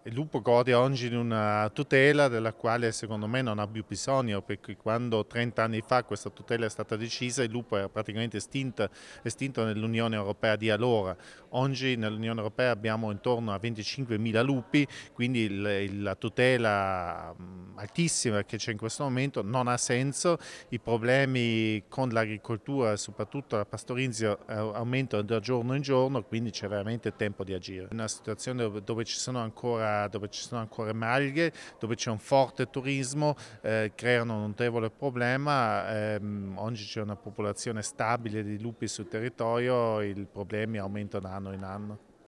Il lupo gode oggi di una tutela della quale secondo me non ha più bisogno, perché quando 30 anni fa questa tutela è stata decisa il lupo era praticamente estinto nell'Unione Europea di allora. Oggi nell'Unione Europea abbiamo intorno a 25.000 lupi, quindi la tutela altissima che c'è in questo momento non ha senso. I problemi con l'agricoltura, soprattutto la pastorizia, aumentano da giorno in giorno, quindi c'è veramente tempo di agire. Una situazione dove ci sono ancora maglie, dove c'è un forte turismo, creano un notevole problema. Oggi c'è una popolazione stabile di lupi sul territorio, i problemi aumentano anno in anno.